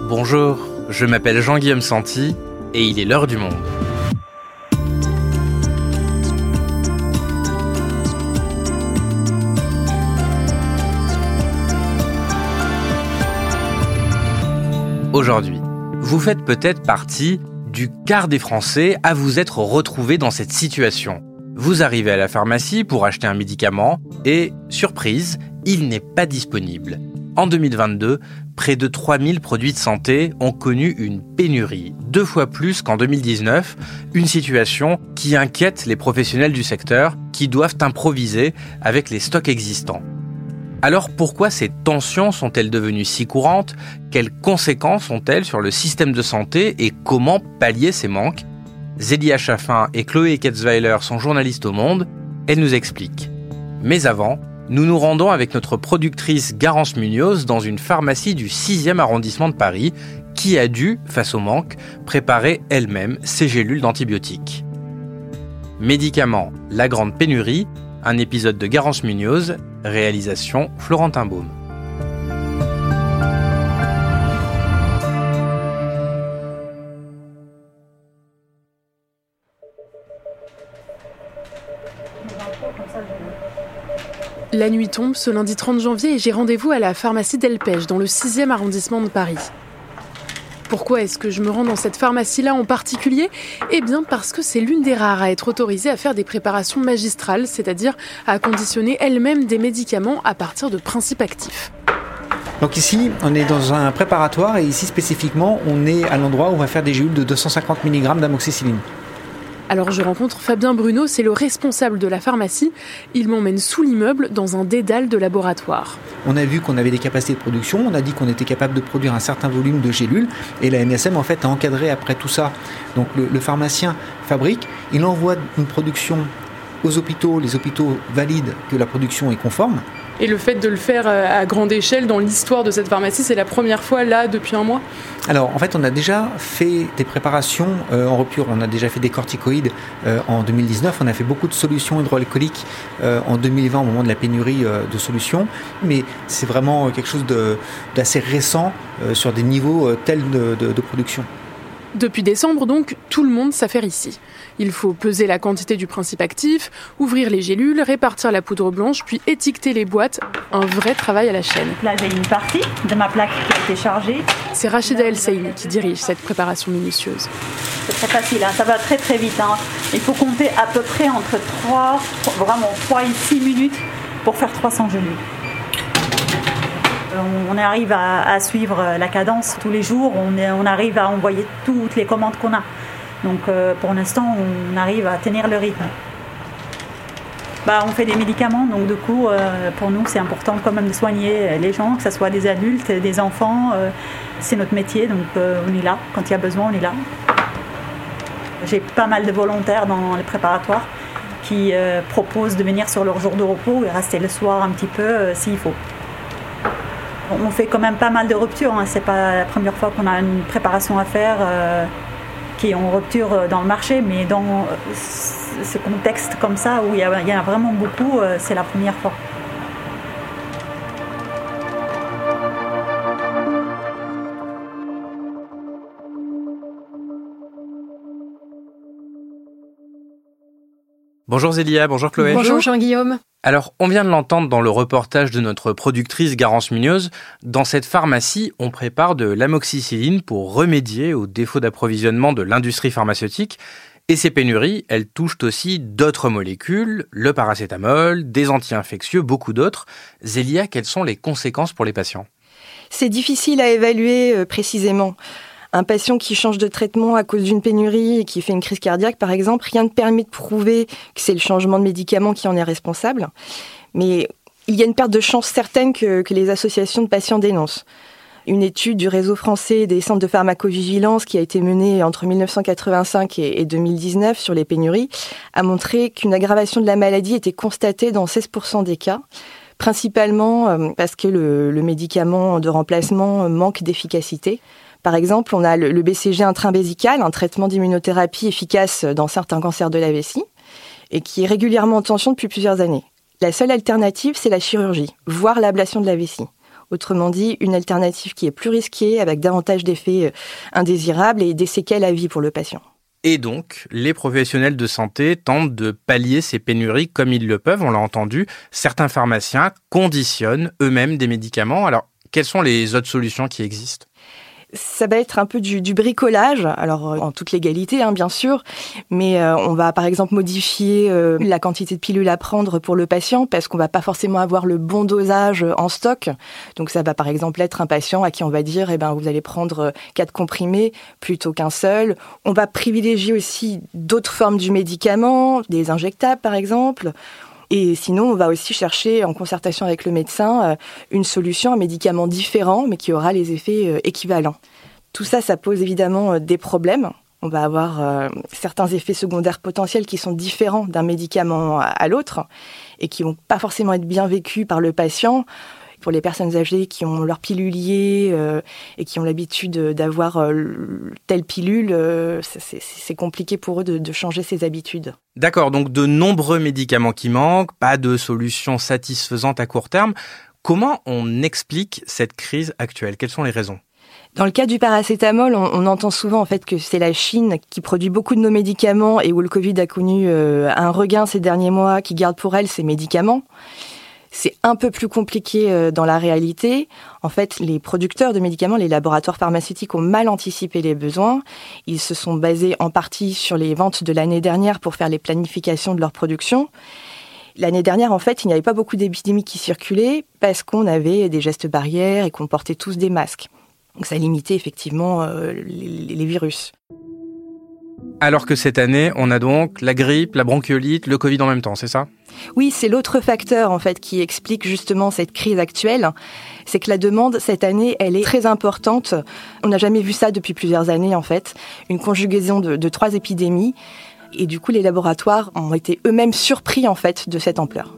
Bonjour, je m'appelle Jean-Guillaume Santi et il est l'heure du monde. Aujourd'hui, vous faites peut-être partie du quart des Français à vous être retrouvés dans cette situation. Vous arrivez à la pharmacie pour acheter un médicament et, surprise, il n'est pas disponible. En 2022, près de 3000 produits de santé ont connu une pénurie, 2 fois plus qu'en 2019, une situation qui inquiète les professionnels du secteur qui doivent improviser avec les stocks existants. Alors pourquoi ces tensions sont-elles devenues si courantes ? Quelles conséquences ont-elles sur le système de santé et comment pallier ces manques ? Zélia Chaffin et Chloé Ketzweiler sont journalistes au Monde. Elles nous expliquent. Mais avant, nous nous rendons avec notre productrice Garance Munoz dans une pharmacie du 6e arrondissement de Paris qui a dû, face au manque, préparer elle-même ses gélules d'antibiotiques. Médicaments, la grande pénurie, un épisode de Garance Munoz, réalisation Florentin Baume. La nuit tombe ce lundi 30 janvier et j'ai rendez-vous à la pharmacie Delpech dans le 6e arrondissement de Paris. Pourquoi est-ce que je me rends dans cette pharmacie-là en particulier ? Eh bien parce que c'est l'une des rares à être autorisée à faire des préparations magistrales, c'est-à-dire à conditionner elle-même des médicaments à partir de principes actifs. Donc ici, on est dans un préparatoire et ici spécifiquement, on est à l'endroit où on va faire des gélules de 250 mg d'amoxicilline. Alors je rencontre Fabien Bruno, c'est le responsable de la pharmacie. Il m'emmène sous l'immeuble dans un dédale de laboratoire. On a vu qu'on avait des capacités de production, on a dit qu'on était capable de produire un certain volume de gélules et la NSM en fait a encadré après tout ça. Donc le pharmacien fabrique, il envoie une production aux hôpitaux, les hôpitaux valident que la production est conforme. Et le fait de le faire à grande échelle dans l'histoire de cette pharmacie, c'est la première fois là depuis un mois ? Alors en fait on a déjà fait des préparations en rupture, on a déjà fait des corticoïdes en 2019, on a fait beaucoup de solutions hydroalcooliques en 2020 au moment de la pénurie de solutions, mais c'est vraiment quelque chose d'assez récent sur des niveaux tels de production. Depuis décembre donc, tout le monde s'affaire ici. Il faut peser la quantité du principe actif, ouvrir les gélules, répartir la poudre blanche, puis étiqueter les boîtes. Un vrai travail à la chaîne. Là, j'ai une partie de ma plaque qui a été chargée. C'est Rachida El Saïni qui dirige cette préparation minutieuse. C'est très facile, ça va très très vite. Il faut compter à peu près entre 3 et 6 minutes pour faire 300 gélules. On arrive à suivre la cadence tous les jours, on arrive à envoyer toutes les commandes qu'on a. Donc pour l'instant, on arrive à tenir le rythme. On fait des médicaments, donc du coup, pour nous, c'est important quand même de soigner les gens, que ce soit des adultes, des enfants. C'est notre métier, donc on est là. Quand il y a besoin, on est là. J'ai pas mal de volontaires dans les préparatoires qui proposent de venir sur leur jour de repos et rester le soir un petit peu s'il faut. On fait quand même pas mal de ruptures, c'est pas la première fois qu'on a une préparation à faire qui est en rupture dans le marché, mais dans ce contexte comme ça où il y en a vraiment beaucoup, c'est la première fois. Bonjour Zélia, bonjour Chloé. Bonjour Jean-Guillaume. Alors, on vient de l'entendre dans le reportage de notre productrice Garance Munoz. Dans cette pharmacie, on prépare de l'amoxicilline pour remédier aux défauts d'approvisionnement de l'industrie pharmaceutique. Et ces pénuries, elles touchent aussi d'autres molécules, le paracétamol, des anti-infectieux, beaucoup d'autres. Zélia, quelles sont les conséquences pour les patients ? C'est difficile à évaluer précisément. Un patient qui change de traitement à cause d'une pénurie et qui fait une crise cardiaque, par exemple, rien ne permet de prouver que c'est le changement de médicament qui en est responsable. Mais il y a une perte de chance certaine que les associations de patients dénoncent. Une étude du réseau français des centres de pharmacovigilance qui a été menée entre 1985 et 2019 sur les pénuries a montré qu'une aggravation de la maladie était constatée dans 16% des cas, principalement parce que le médicament de remplacement manque d'efficacité. Par exemple, on a le BCG intrimbésical, un traitement d'immunothérapie efficace dans certains cancers de la vessie et qui est régulièrement en tension depuis plusieurs années. La seule alternative, c'est la chirurgie, voire l'ablation de la vessie. Autrement dit, une alternative qui est plus risquée, avec davantage d'effets indésirables et des séquelles à vie pour le patient. Et donc, les professionnels de santé tentent de pallier ces pénuries comme ils le peuvent, on l'a entendu. Certains pharmaciens conditionnent eux-mêmes des médicaments. Alors, quelles sont les autres solutions qui existent ? Ça va être un peu du bricolage, alors en toute légalité bien sûr, mais on va par exemple modifier la quantité de pilules à prendre pour le patient parce qu'on va pas forcément avoir le bon dosage en stock. Donc ça va par exemple être un patient à qui on va dire vous allez prendre 4 comprimés plutôt qu'un seul. On va privilégier aussi d'autres formes du médicament, des injectables par exemple. Et sinon, on va aussi chercher, en concertation avec le médecin, une solution, un médicament différent, mais qui aura les effets équivalents. Tout ça, ça pose évidemment des problèmes. On va avoir certains effets secondaires potentiels qui sont différents d'un médicament à l'autre et qui vont pas forcément être bien vécus par le patient. Pour les personnes âgées qui ont leur pilulier et qui ont l'habitude d'avoir telle pilule, c'est compliqué pour eux de changer ces habitudes. D'accord, donc de nombreux médicaments qui manquent, pas de solution satisfaisante à court terme. Comment on explique cette crise actuelle ? Quelles sont les raisons ? Dans le cas du paracétamol, on entend souvent en fait que c'est la Chine qui produit beaucoup de nos médicaments et où le Covid a connu un regain ces derniers mois, qui garde pour elle ces médicaments. C'est un peu plus compliqué dans la réalité. En fait, les producteurs de médicaments, les laboratoires pharmaceutiques ont mal anticipé les besoins. Ils se sont basés en partie sur les ventes de l'année dernière pour faire les planifications de leur production. L'année dernière, en fait, il n'y avait pas beaucoup d'épidémies qui circulaient parce qu'on avait des gestes barrières et qu'on portait tous des masques. Donc ça limitait effectivement les virus. Alors que cette année, on a donc la grippe, la bronchiolite, le Covid en même temps, c'est ça ? Oui, c'est l'autre facteur en fait qui explique justement cette crise actuelle. C'est que la demande cette année, elle est très importante. On n'a jamais vu ça depuis plusieurs années en fait. Une conjugaison de 3 épidémies. Et du coup, les laboratoires ont été eux-mêmes surpris en fait de cette ampleur.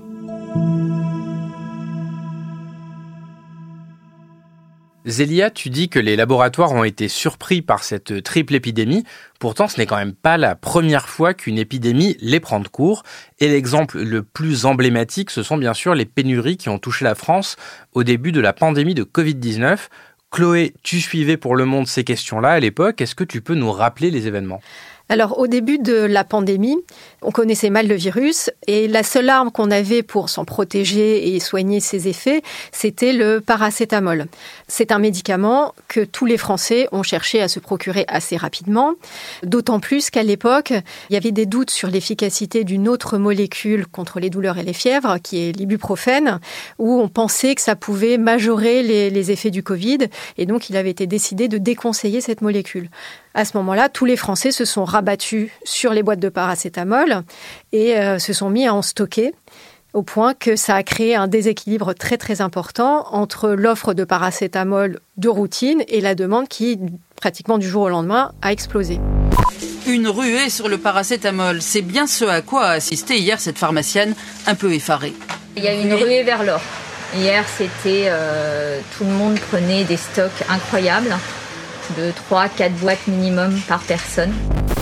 Zélia, tu dis que les laboratoires ont été surpris par cette triple épidémie. Pourtant, ce n'est quand même pas la première fois qu'une épidémie les prend de court. Et l'exemple le plus emblématique, ce sont bien sûr les pénuries qui ont touché la France au début de la pandémie de Covid-19. Chloé, tu suivais pour Le Monde ces questions-là à l'époque. Est-ce que tu peux nous rappeler les événements ? Alors, au début de la pandémie, on connaissait mal le virus et la seule arme qu'on avait pour s'en protéger et soigner ses effets, c'était le paracétamol. C'est un médicament que tous les Français ont cherché à se procurer assez rapidement, d'autant plus qu'à l'époque, il y avait des doutes sur l'efficacité d'une autre molécule contre les douleurs et les fièvres, qui est l'ibuprofène, où on pensait que ça pouvait majorer les effets du Covid, et donc il avait été décidé de déconseiller cette molécule. À ce moment-là, tous les Français se sont rabattus sur les boîtes de paracétamol et se sont mis à en stocker, au point que ça a créé un déséquilibre très très important entre l'offre de paracétamol de routine et la demande qui, pratiquement du jour au lendemain, a explosé. Une ruée sur le paracétamol, c'est bien ce à quoi a assisté hier cette pharmacienne un peu effarée. Il y a une ruée vers l'or. Hier, c'était tout le monde prenait des stocks incroyables, de 3-4 boîtes minimum par personne.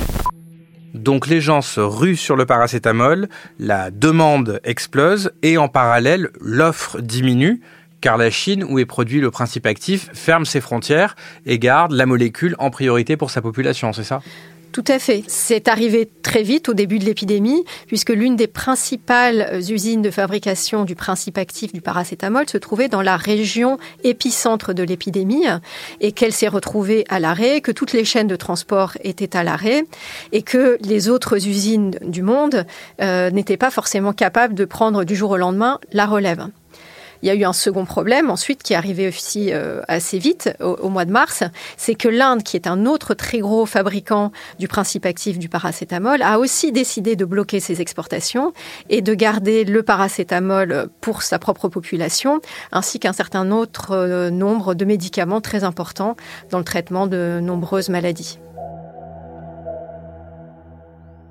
Donc les gens se ruent sur le paracétamol, la demande explose et en parallèle, l'offre diminue car la Chine, où est produit le principe actif, ferme ses frontières et garde la molécule en priorité pour sa population, c'est ça ? Tout à fait. C'est arrivé très vite au début de l'épidémie, puisque l'une des principales usines de fabrication du principe actif du paracétamol se trouvait dans la région épicentre de l'épidémie et qu'elle s'est retrouvée à l'arrêt, que toutes les chaînes de transport étaient à l'arrêt et que les autres usines du monde n'étaient pas forcément capables de prendre du jour au lendemain la relève. Il y a eu un second problème ensuite qui est arrivé aussi assez vite au mois de mars, c'est que l'Inde, qui est un autre très gros fabricant du principe actif du paracétamol, a aussi décidé de bloquer ses exportations et de garder le paracétamol pour sa propre population, ainsi qu'un certain autre nombre de médicaments très importants dans le traitement de nombreuses maladies.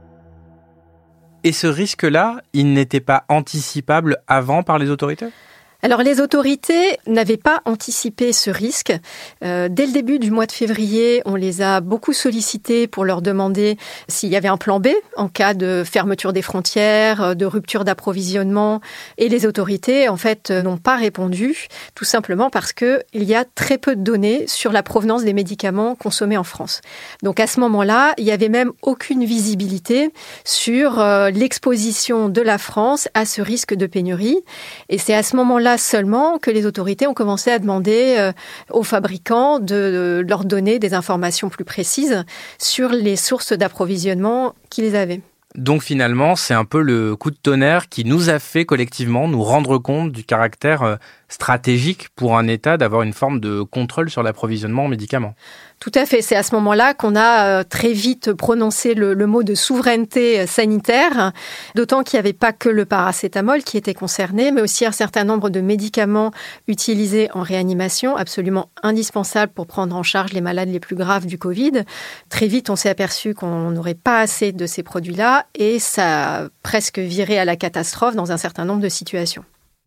Et ce risque-là, il n'était pas anticipable avant par les autorités ? Alors les autorités n'avaient pas anticipé ce risque. Dès le début du mois de février, on les a beaucoup sollicités pour leur demander s'il y avait un plan B en cas de fermeture des frontières, de rupture d'approvisionnement. Et les autorités, en fait, n'ont pas répondu, tout simplement parce qu'il y a très peu de données sur la provenance des médicaments consommés en France. Donc à ce moment-là, il n'y avait même aucune visibilité sur l'exposition de la France à ce risque de pénurie. Et c'est à ce moment-là seulement que les autorités ont commencé à demander aux fabricants de leur donner des informations plus précises sur les sources d'approvisionnement qu'ils avaient. Donc finalement, c'est un peu le coup de tonnerre qui nous a fait collectivement nous rendre compte du caractère stratégique pour un État d'avoir une forme de contrôle sur l'approvisionnement en médicaments. Tout à fait. C'est à ce moment-là qu'on a très vite prononcé le mot de souveraineté sanitaire, d'autant qu'il n'y avait pas que le paracétamol qui était concerné, mais aussi un certain nombre de médicaments utilisés en réanimation, absolument indispensables pour prendre en charge les malades les plus graves du Covid. Très vite, on s'est aperçu qu'on n'aurait pas assez de ces produits-là et ça a presque viré à la catastrophe dans un certain nombre de situations.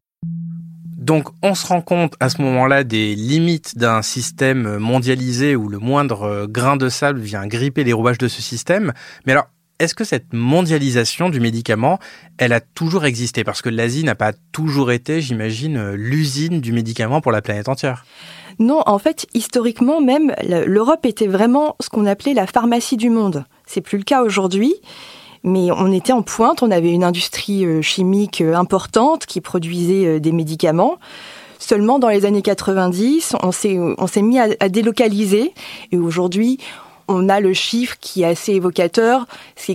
Donc, on se rend compte à ce moment-là des limites d'un système mondialisé où le moindre grain de sable vient gripper les rouages de ce système. Mais alors, est-ce que cette mondialisation du médicament, elle a toujours existé ? Parce que l'Asie n'a pas toujours été, j'imagine, l'usine du médicament pour la planète entière. Non, en fait, historiquement même, l'Europe était vraiment ce qu'on appelait la pharmacie du monde. C'est plus le cas aujourd'hui. Mais on était en pointe, on avait une industrie chimique importante qui produisait des médicaments. Seulement dans les années 90, on s'est mis à délocaliser. Et aujourd'hui, on a le chiffre qui est assez évocateur. C'est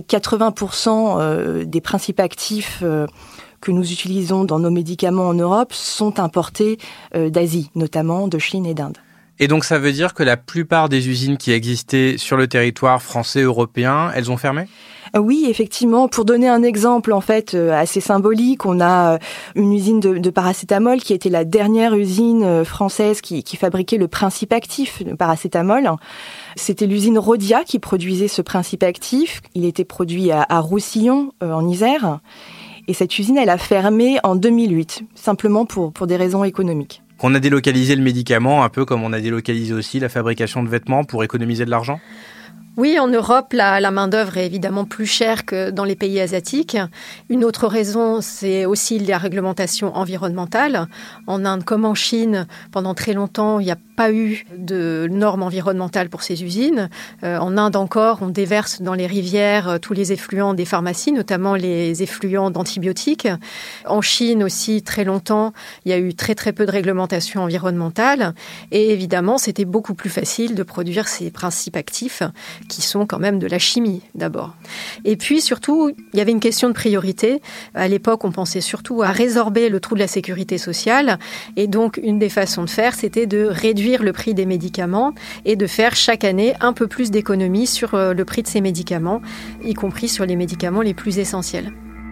80% des principes actifs que nous utilisons dans nos médicaments en Europe sont importés d'Asie, notamment de Chine et d'Inde. Et donc ça veut dire que la plupart des usines qui existaient sur le territoire français, européen, elles ont fermé ? Oui, effectivement. Pour donner un exemple, en fait, assez symbolique, on a une usine de paracétamol qui était la dernière usine française qui fabriquait le principe actif de paracétamol. C'était l'usine Rhodia qui produisait ce principe actif. Il était produit à Roussillon, en Isère. Et cette usine, elle a fermé en 2008, simplement pour des raisons économiques. On a délocalisé le médicament, un peu comme on a délocalisé aussi la fabrication de vêtements pour économiser de l'argent ? Oui, en Europe, la main-d'œuvre est évidemment plus chère que dans les pays asiatiques. Une autre raison, c'est aussi la réglementation environnementale. En Inde comme en Chine, pendant très longtemps, il n'y a pas eu de normes environnementales pour ces usines. En Inde encore, on déverse dans les rivières tous les effluents des pharmacies, notamment les effluents d'antibiotiques. En Chine aussi, très longtemps, il y a eu très très peu de réglementation environnementale. Et évidemment, c'était beaucoup plus facile de produire ces principes actifs qui sont quand même de la chimie d'abord. Et puis surtout, il y avait une question de priorité. À l'époque, on pensait surtout à résorber le trou de la sécurité sociale. Et donc, une des façons de faire, c'était de réduire le prix des médicaments et de faire chaque année un peu plus d'économies sur le prix de ces médicaments, y compris sur les médicaments les plus essentiels.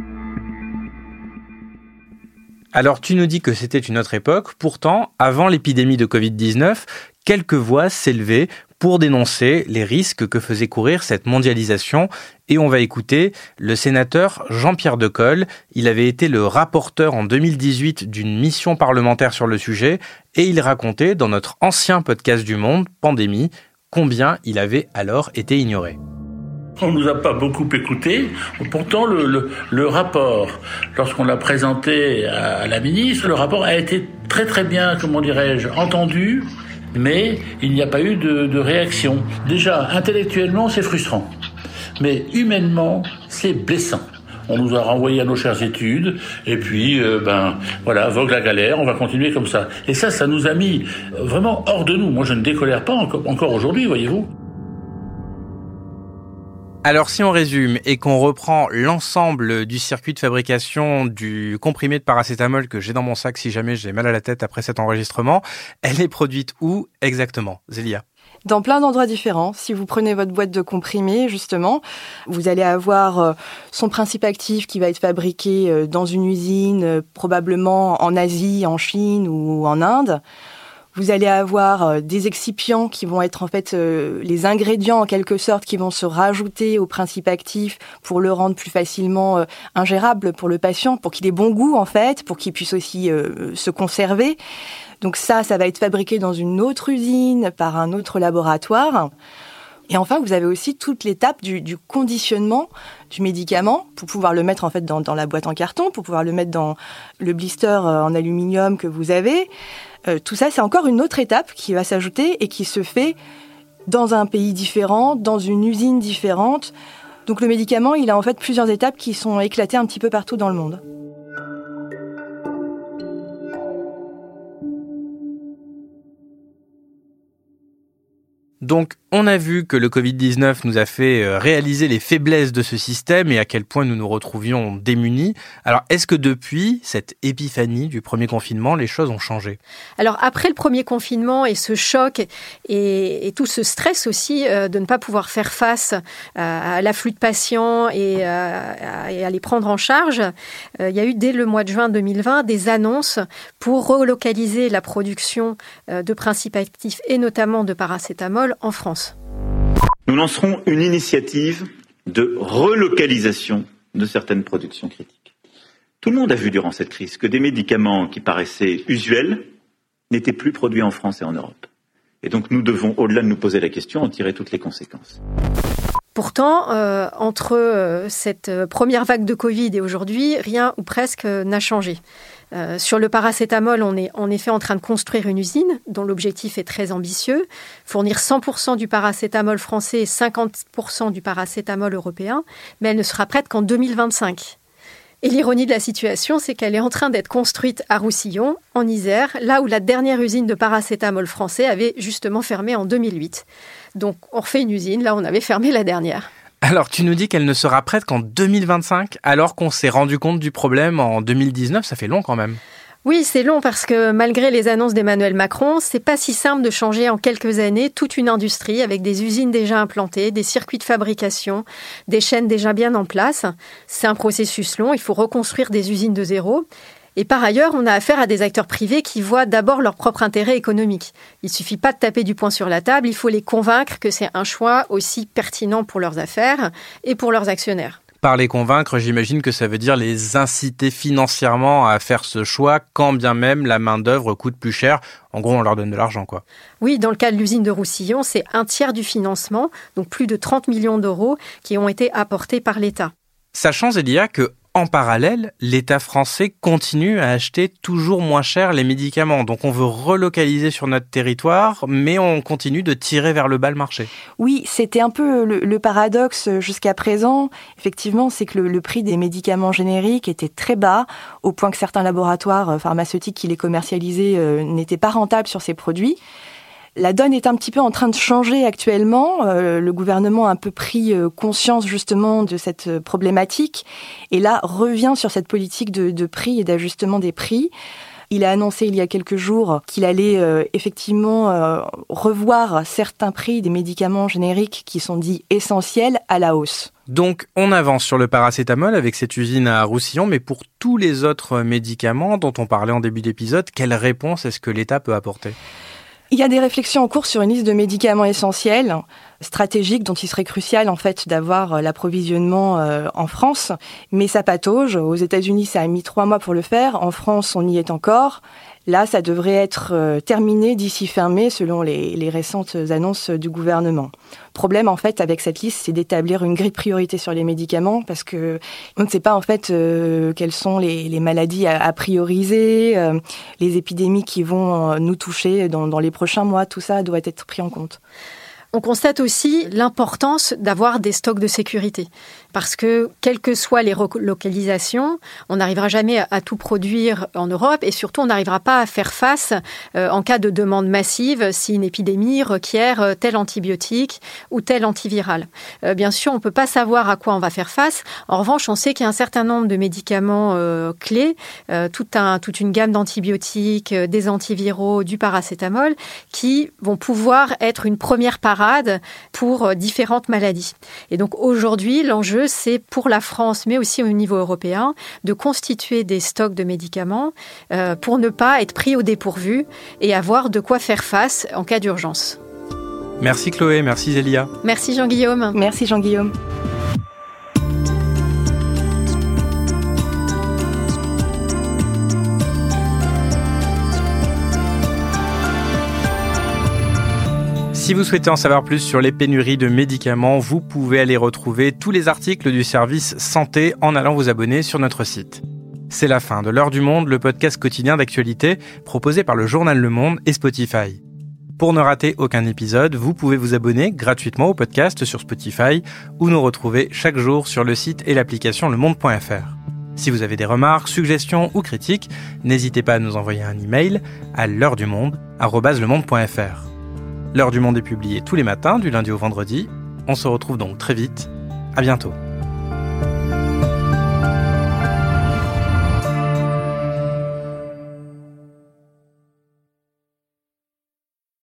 Alors, tu nous dis que c'était une autre époque. Pourtant, avant l'épidémie de Covid-19, quelques voix s'élevaient pour dénoncer les risques que faisait courir cette mondialisation. Et on va écouter le sénateur Jean-Pierre Decolle. Il avait été le rapporteur en 2018 d'une mission parlementaire sur le sujet et il racontait dans notre ancien podcast du Monde, Pandémie, combien il avait alors été ignoré. On ne nous a pas beaucoup écoutés. Pourtant, le rapport, lorsqu'on l'a présenté à la ministre, le rapport a été très très bien, comment dirais-je, entendu, mais il n'y a pas eu de réaction. Déjà, intellectuellement, c'est frustrant, mais humainement, c'est blessant. On nous a renvoyés à nos chères études, et puis, voilà, vogue la galère, on va continuer comme ça. Et ça nous a mis vraiment hors de nous. Moi, je ne décolère pas encore aujourd'hui, voyez-vous. Alors si on résume et qu'on reprend l'ensemble du circuit de fabrication du comprimé de paracétamol que j'ai dans mon sac si jamais j'ai mal à la tête après cet enregistrement, elle est produite où exactement, Zélia ? Dans plein d'endroits différents. Si vous prenez votre boîte de comprimés, justement, vous allez avoir son principe actif qui va être fabriqué dans une usine, probablement en Asie, en Chine ou en Inde. Vous allez avoir des excipients qui vont être en fait les ingrédients en quelque sorte qui vont se rajouter au principe actif pour le rendre plus facilement ingérable pour le patient, pour qu'il ait bon goût en fait, pour qu'il puisse aussi se conserver. Donc ça va être fabriqué dans une autre usine par un autre laboratoire. Et enfin, vous avez aussi toute l'étape du conditionnement du médicament pour pouvoir le mettre en fait dans la boîte en carton, pour pouvoir le mettre dans le blister en aluminium que vous avez. Tout ça, c'est encore une autre étape qui va s'ajouter et qui se fait dans un pays différent, dans une usine différente. Donc le médicament, il a en fait plusieurs étapes qui sont éclatées un petit peu partout dans le monde. Donc, on a vu que le Covid-19 nous a fait réaliser les faiblesses de ce système et à quel point nous nous retrouvions démunis. Alors, est-ce que depuis cette épiphanie du premier confinement, les choses ont changé ? Alors, après le premier confinement et ce choc et tout ce stress aussi de ne pas pouvoir faire face à l'afflux de patients et à les prendre en charge, il y a eu dès le mois de juin 2020 des annonces pour relocaliser la production de principes actifs et notamment de paracétamol en France. Nous lancerons une initiative de relocalisation de certaines productions critiques. Tout le monde a vu durant cette crise que des médicaments qui paraissaient usuels n'étaient plus produits en France et en Europe. Et donc nous devons, au-delà de nous poser la question, en tirer toutes les conséquences. Pourtant, entre cette première vague de Covid et aujourd'hui, rien ou presque n'a changé. Sur le paracétamol, on est en effet en train de construire une usine dont l'objectif est très ambitieux, fournir 100% du paracétamol français et 50% du paracétamol européen, mais elle ne sera prête qu'en 2025. Et l'ironie de la situation, c'est qu'elle est en train d'être construite à Roussillon, en Isère, là où la dernière usine de paracétamol français avait justement fermé en 2008. Donc on refait une usine, là on avait fermé la dernière. Alors, tu nous dis qu'elle ne sera prête qu'en 2025, alors qu'on s'est rendu compte du problème en 2019, ça fait long quand même. Oui, c'est long parce que malgré les annonces d'Emmanuel Macron, c'est pas si simple de changer en quelques années toute une industrie avec des usines déjà implantées, des circuits de fabrication, des chaînes déjà bien en place. C'est un processus long, il faut reconstruire des usines de zéro. Et par ailleurs, on a affaire à des acteurs privés qui voient d'abord leur propre intérêt économique. Il ne suffit pas de taper du poing sur la table, il faut les convaincre que c'est un choix aussi pertinent pour leurs affaires et pour leurs actionnaires. Par les convaincre, j'imagine que ça veut dire les inciter financièrement à faire ce choix, quand bien même la main-d'œuvre coûte plus cher. En gros, on leur donne de l'argent, quoi. Oui, dans le cas de l'usine de Roussillon, c'est 1/3 du financement, donc plus de 30 millions d'euros qui ont été apportés par l'État. Sachant, Zélia, que en parallèle, l'État français continue à acheter toujours moins cher les médicaments. Donc on veut relocaliser sur notre territoire, mais on continue de tirer vers le bas le marché. Oui, c'était un peu le paradoxe jusqu'à présent. Effectivement, c'est que le prix des médicaments génériques était très bas, au point que certains laboratoires pharmaceutiques qui les commercialisaient n'étaient pas rentables sur ces produits. La donne est un petit peu en train de changer actuellement. Le gouvernement a un peu pris conscience justement de cette problématique et là revient sur cette politique de prix et d'ajustement des prix. Il a annoncé il y a quelques jours qu'il allait effectivement revoir certains prix des médicaments génériques qui sont dits essentiels à la hausse. Donc on avance sur le paracétamol avec cette usine à Roussillon, mais pour tous les autres médicaments dont on parlait en début d'épisode, quelle réponse est-ce que l'État peut apporter ? Il y a des réflexions en cours sur une liste de médicaments essentiels, stratégiques, dont il serait crucial en fait d'avoir l'approvisionnement en France. Mais ça patauge. Aux États-Unis, ça a mis 3 mois pour le faire. En France, on y est encore. Là, ça devrait être terminé d'ici fin mai, selon les récentes annonces du gouvernement. Problème, en fait, avec cette liste, c'est d'établir une grille de priorité sur les médicaments, parce que on ne sait pas, en fait, quelles sont les maladies à prioriser, les épidémies qui vont nous toucher dans les prochains mois. Tout ça doit être pris en compte. On constate aussi l'importance d'avoir des stocks de sécurité. Parce que, quelles que soient les relocalisations, on n'arrivera jamais à tout produire en Europe et surtout, on n'arrivera pas à faire face en cas de demande massive si une épidémie requiert tel antibiotique ou tel antiviral. Bien sûr, on ne peut pas savoir à quoi on va faire face. En revanche, on sait qu'il y a un certain nombre de médicaments clés, toute une gamme d'antibiotiques, des antiviraux, du paracétamol, qui vont pouvoir être une première parade pour différentes maladies. Et donc aujourd'hui, l'enjeu, L'enjeu, c'est pour la France, mais aussi au niveau européen, de constituer des stocks de médicaments pour ne pas être pris au dépourvu et avoir de quoi faire face en cas d'urgence. Merci Chloé, merci Zélia. Merci Jean-Guillaume. Merci Jean-Guillaume. Si vous souhaitez en savoir plus sur les pénuries de médicaments, vous pouvez aller retrouver tous les articles du service Santé en allant vous abonner sur notre site. C'est la fin de L'Heure du Monde, le podcast quotidien d'actualité proposé par le journal Le Monde et Spotify. Pour ne rater aucun épisode, vous pouvez vous abonner gratuitement au podcast sur Spotify ou nous retrouver chaque jour sur le site et l'application lemonde.fr. Si vous avez des remarques, suggestions ou critiques, n'hésitez pas à nous envoyer un email à l'heuredumonde@lemonde.fr. L'Heure du Monde est publiée tous les matins, du lundi au vendredi. On se retrouve donc très vite. À bientôt.